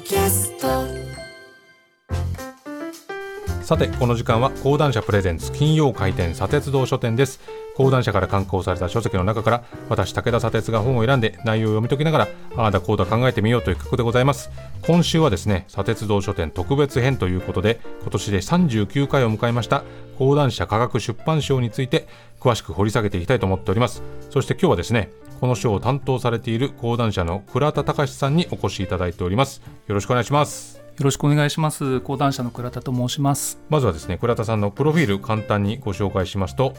キャスト。 さてこの時間は講談社プレゼンツ金曜開店砂鉄道書店です。講談社から刊行された書籍の中から私武田砂鉄が本を選んで内容を読み解きながらああだこうだ考えてみようという企画でございます。今週はですね砂鉄道書店特別編ということで今年で39回を迎えました講談社科学出版賞について詳しく掘り下げていきたいと思っております。そして今日はですねこの賞を担当されている講談社の倉田隆さんにお越しいただいております。よろしくお願いします。 よろしくお願いします。講談社の倉田と申します。 まずはですね倉田さんのプロフィール簡単にご紹介しますと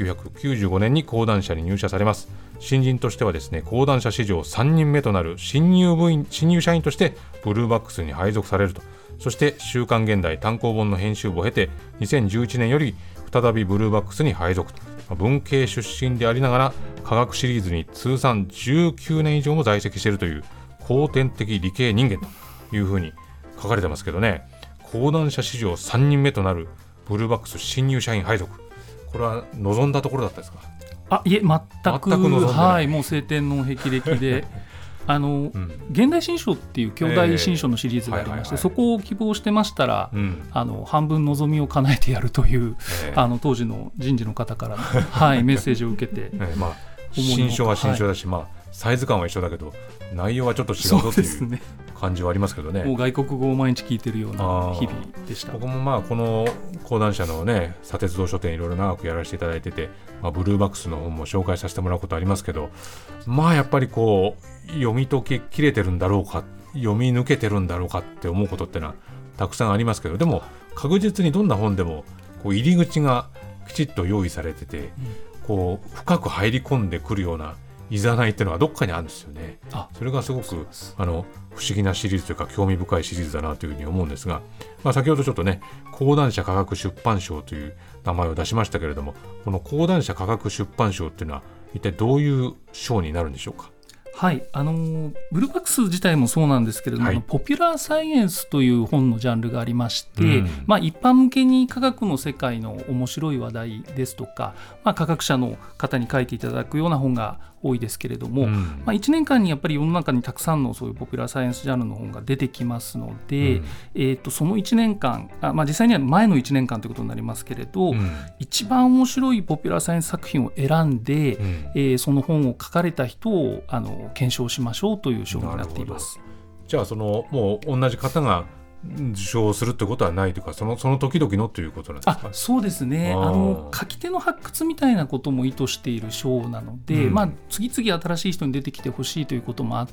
1995年に講談社に入社されます。新人としてはですね講談社史上3人目となる新入社員としてブルーバックスに配属されると。そして週刊現代単行本の編集部を経て2011年より再びブルーバックスに配属と。文系出身でありながら科学シリーズに通算19年以上も在籍しているという後天的理系人間というふうに書かれてますけどね。講談社史上3人目となるブルーバックス新入社員配属、これは望んだところだったですか？ いえ全く望んでない、 はい、もう青天の霹靂で現代新書っていう兄弟新書のシリーズがありまして、そこを希望してましたら、半分望みを叶えてやるという、当時の人事の方からの、メッセージを受けて、 新書は新書だし、サイズ感は一緒だけど内容はちょっと違うぞという感じはありますけどね。 もう外国語を毎日聞いてるような日々でした。 僕もこの講談社のね砂鉄道書店いろいろ長くやらせていただいてて、ブルーバックスの本も紹介させてもらうことありますけど、やっぱりこう読み解ききれてるんだろうか読み抜けてるんだろうかって思うことってのはたくさんありますけど、でも確実にどんな本でもこう入り口がきちっと用意されてて、こう深く入り込んでくるようないざないっていうのはどっかにあるんですよね。それがすごく不思議なシリーズというか興味深いシリーズだなというふうに思うんですが、先ほどちょっとね講談社科学出版賞という名前を出しましたけれども、この講談社科学出版賞っていうのは一体どういう賞になるんでしょうか？ はい、ブルーバックス自体もそうなんですけれども、ポピュラーサイエンスという本のジャンルがありまして、一般向けに科学の世界の面白い話題ですとか、科学者の方に書いていただくような本が多いですけれども、1年間にやっぱり世の中にたくさんのそういうポピュラーサイエンスジャンルの本が出てきますので、その1年間、実際には前の1年間ということになりますけれど、一番面白いポピュラーサイエンス作品を選んで、その本を書かれた人を検証しましょうという賞になっています。 じゃあもう同じ方が受賞するということはないというか、その時々のということなんですか？ そうですね。書き手の発掘みたいなことも意図している賞なので、次々新しい人に出てきてほしいということもあって、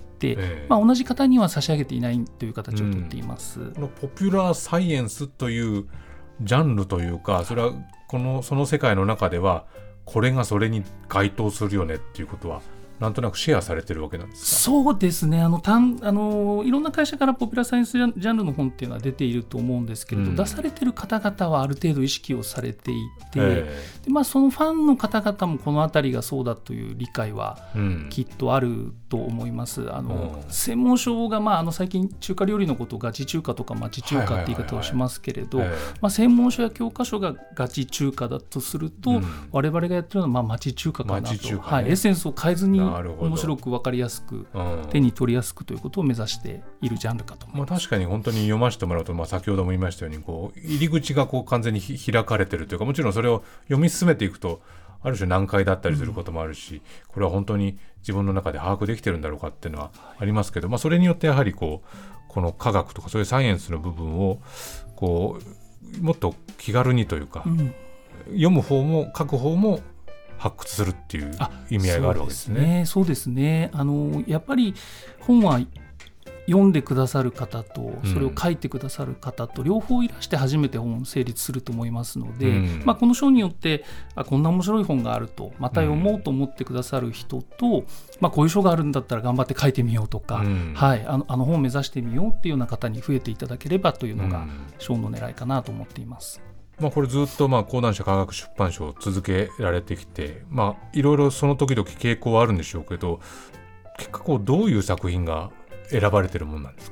同じ方には差し上げていないという形をとっています。 このポピュラーサイエンスというジャンルというか、それはその世界の中ではこれがそれに該当するよねっていうことはなんとなくシェアされてるわけなんですか？ そうですね。いろんな会社からポピュラーサイエンスジャンルの本っていうのは出ていると思うんですけれど、出されてる方々はある程度意識をされていて、でそのファンの方々もこのあたりがそうだという理解はきっとあると思います。専門書が、最近中華料理のことをガチ中華とか町中華って言い方をしますけれど、専門書や教科書がガチ中華だとすると、我々がやってるのは町中華かなと、エッセンスを変えずに面白く分かりやすく、手に取りやすくということを目指しているジャンルかと思います。 確かに本当に読ませてもらうと、先ほども言いましたように入り口が完全に開かれてるというか、もちろんそれを読み進めていくとある種難解だったりすることもあるし、これは本当に自分の中で把握できてるんだろうかっていうのはありますけど、それによってやはりこの科学とかそういうサイエンスの部分をもっと気軽にというか、読む方も書く方も発掘するっていう意味合いがあるわけですね。 そうですね。やっぱり本は読んでくださる方とそれを書いてくださる方と両方いらして初めて本成立すると思いますので、この賞によってこんな面白い本があるとまた読もうと思ってくださる人と、こういう賞があるんだったら頑張って書いてみようとか、あの本を目指してみようっていうような方に増えていただければというのが賞の狙いかなと思っています。 これずっと講談社科学出版賞を続けられてきて、いろいろその時々傾向はあるんでしょうけど、結果どういう作品が選ばれてるものなんですか？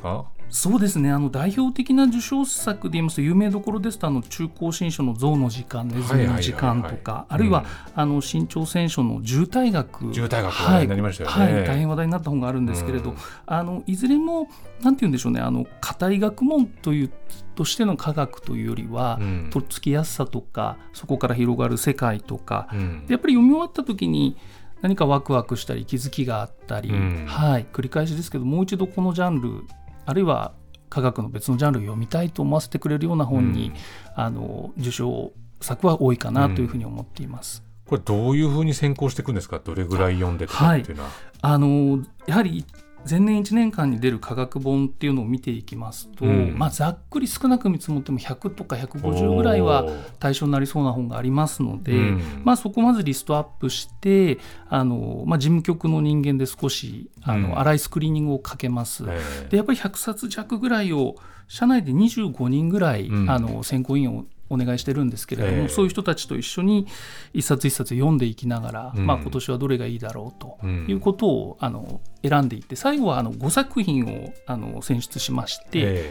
そうですね、代表的な受賞作で言いますと有名どころですと中高新書の象の時間ネズミの時間とか、あるいは、新潮選書の渋滞学話題になりましたよね、 大変話題になった本があるんですけれど、いずれもなんて言うんでしょうね、硬い学問としての科学というよりは、とっつきやすさとかそこから広がる世界とか、でやっぱり読み終わった時に何かワクワクしたり気づきがあったり、繰り返しですけどもう一度このジャンルあるいは科学の別のジャンルを読みたいと思わせてくれるような本に、受賞作は多いかなというふうに思っています。 これどういうふうに選考していくんですか？どれぐらい読んでとかっていうのは、 やはり前年1年間に出る科学本っていうのを見ていきますと、ざっくり少なく見積もっても100とか150ぐらいは対象になりそうな本がありますので、そこをまずリストアップして事務局の人間で少し粗いスクリーニングをかけます。でやっぱり100冊弱ぐらいを社内で25人ぐらい、選考委員をお願いしてるんですけれども、そういう人たちと一緒に一冊一冊読んでいきながら、今年はどれがいいだろうということを選んでいって、最後は5作品を選出しまして、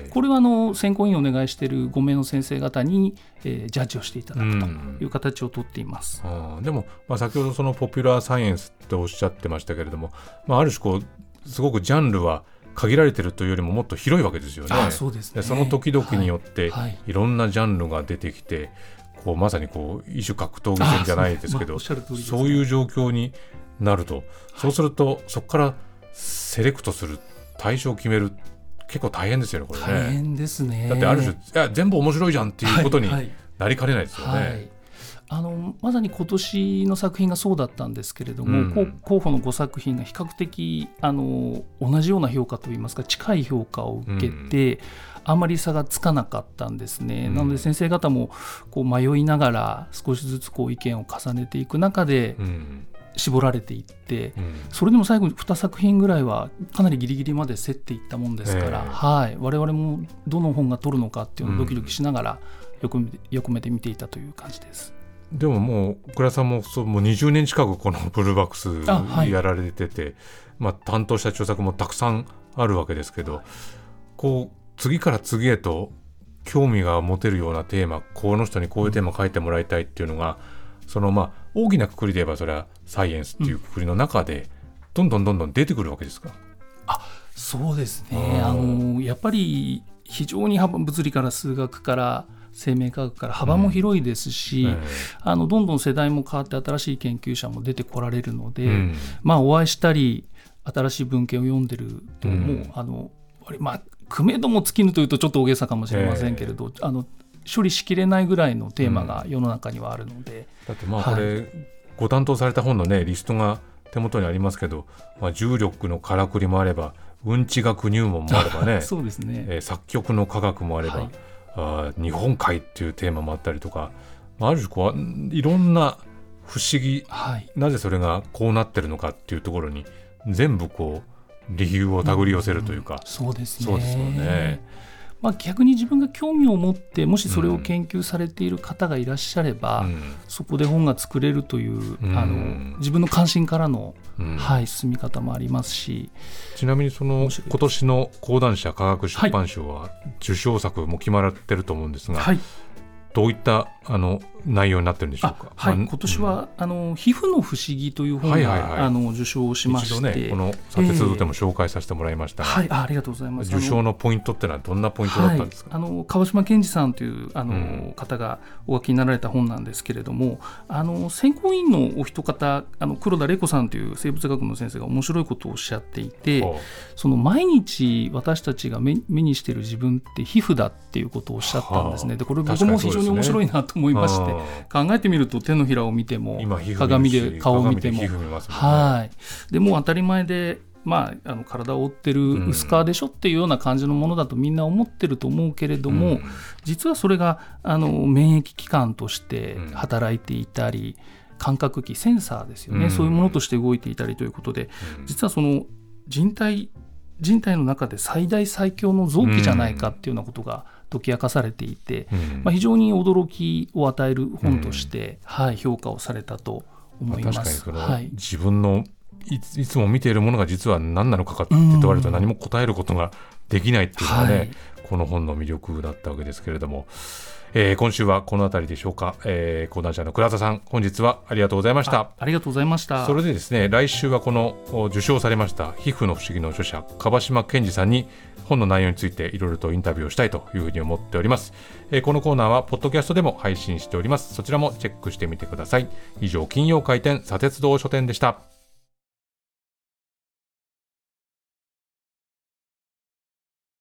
これは選考委員をお願いしている5名の先生方に、ジャッジをしていただくという形をとっています。 でも、先ほどそのポピュラーサイエンスっておっしゃってましたけれども、ある種すごくジャンルは限られてるというよりももっと広いわけですよね。 そうですね。 その時々によっていろんなジャンルが出てきて、まさに異種格闘技戦じゃないですけど、そういう状況になると、そうするとそこからセレクトする対象を決める、結構大変ですよねこれね。 大変ですね。 だってある種全部面白いじゃんっていうことになりかねないですよね。 まさに今年の作品がそうだったんですけれども、候補の5作品が比較的同じような評価といいますか近い評価を受けて、あまり差がつかなかったんですね。なので先生方も迷いながら少しずつ意見を重ねていく中で絞られていって、それでも最後に2作品ぐらいはかなりギリギリまで競っていったもんですから、我々もどの本が取るのかっていうのをドキドキしながら横目で見ていたという感じです。 でももう倉さんももう20年近くこのブルーバックスやられてて、担当した著作もたくさんあるわけですけど、次から次へと興味が持てるようなテーマ、この人にこういうテーマ書いてもらいたいっていうのが、大きな括りで言えばそれはサイエンスっていう括りの中でどんどん出てくるわけですか？ そうですね。やっぱり非常に物理から数学から生命科学から幅も広いですし、どんどん世代も変わって新しい研究者も出てこられるので、お会いしたり新しい文献を読んでると、もうくめども尽きぬというとちょっと大げさかもしれませんけれど、処理しきれないぐらいのテーマが世の中にはあるので、 だってこれ、ご担当された本のねリストが手元にありますけど、重力のからくりもあればうんち学入門もあればねそうですね、 作曲の科学もあれば、日本海っていうテーマもあったりとか、ある種いろんな不思議、なぜそれがこうなってるのかっていうところに全部理由を手繰り寄せるというか、 そうですね。 そうですよね。 逆に自分が興味を持ってもしそれを研究されている方がいらっしゃれば、そこで本が作れるという、自分の関心からの、進み方もありますし、 ちなみに今年の講談社科学出版賞は受賞作も決まってると思うんですが、どういった内容になってるんでしょうか？ 今年は皮膚の不思議という本が受賞しまして、 一度ねこの砂鉄道でも紹介させてもらいましたが、 ありがとうございます。 受賞のポイントってのはどんなポイントだったんですか？ 川島健二さんという方がお書きになられた本なんですけれども、選考委員のお一方黒田玲子さんという生物学の先生が面白いことをおっしゃっていて、毎日私たちが目にしている自分って皮膚だっていうことをおっしゃったんですね。でこれ僕も非常に面白いなと思いまして、考えてみると手のひらを見ても鏡で顔を見ても、でもう当たり前で、体を覆ってる薄皮でしょっていうような感じのものだとみんな思ってると思うけれども、実はそれが免疫機関として働いていたり、感覚器センサーですよね、そういうものとして動いていたりということで、実はその人体の中で最大最強の臓器じゃないかっていうようなことが解き明かされていて、非常に驚きを与える本として、評価をされたと思います。 確かに自分のいつも見ているものが実は何なのかって問われると何も答えることができないっていうのがね、 はい、 この本の魅力だったわけですけれども、今週はこのあたりでしょうか。講談社の倉田さん、本日はありがとうございました。 ありがとうございました。 それでですね、来週はこの受賞されました皮膚の不思議の著者樺島健二さんに本の内容についていろいろとインタビューをしたいというふうに思っております。このコーナーはポッドキャストでも配信しております。そちらもチェックしてみてください。以上、金曜回転砂鉄道書店でした。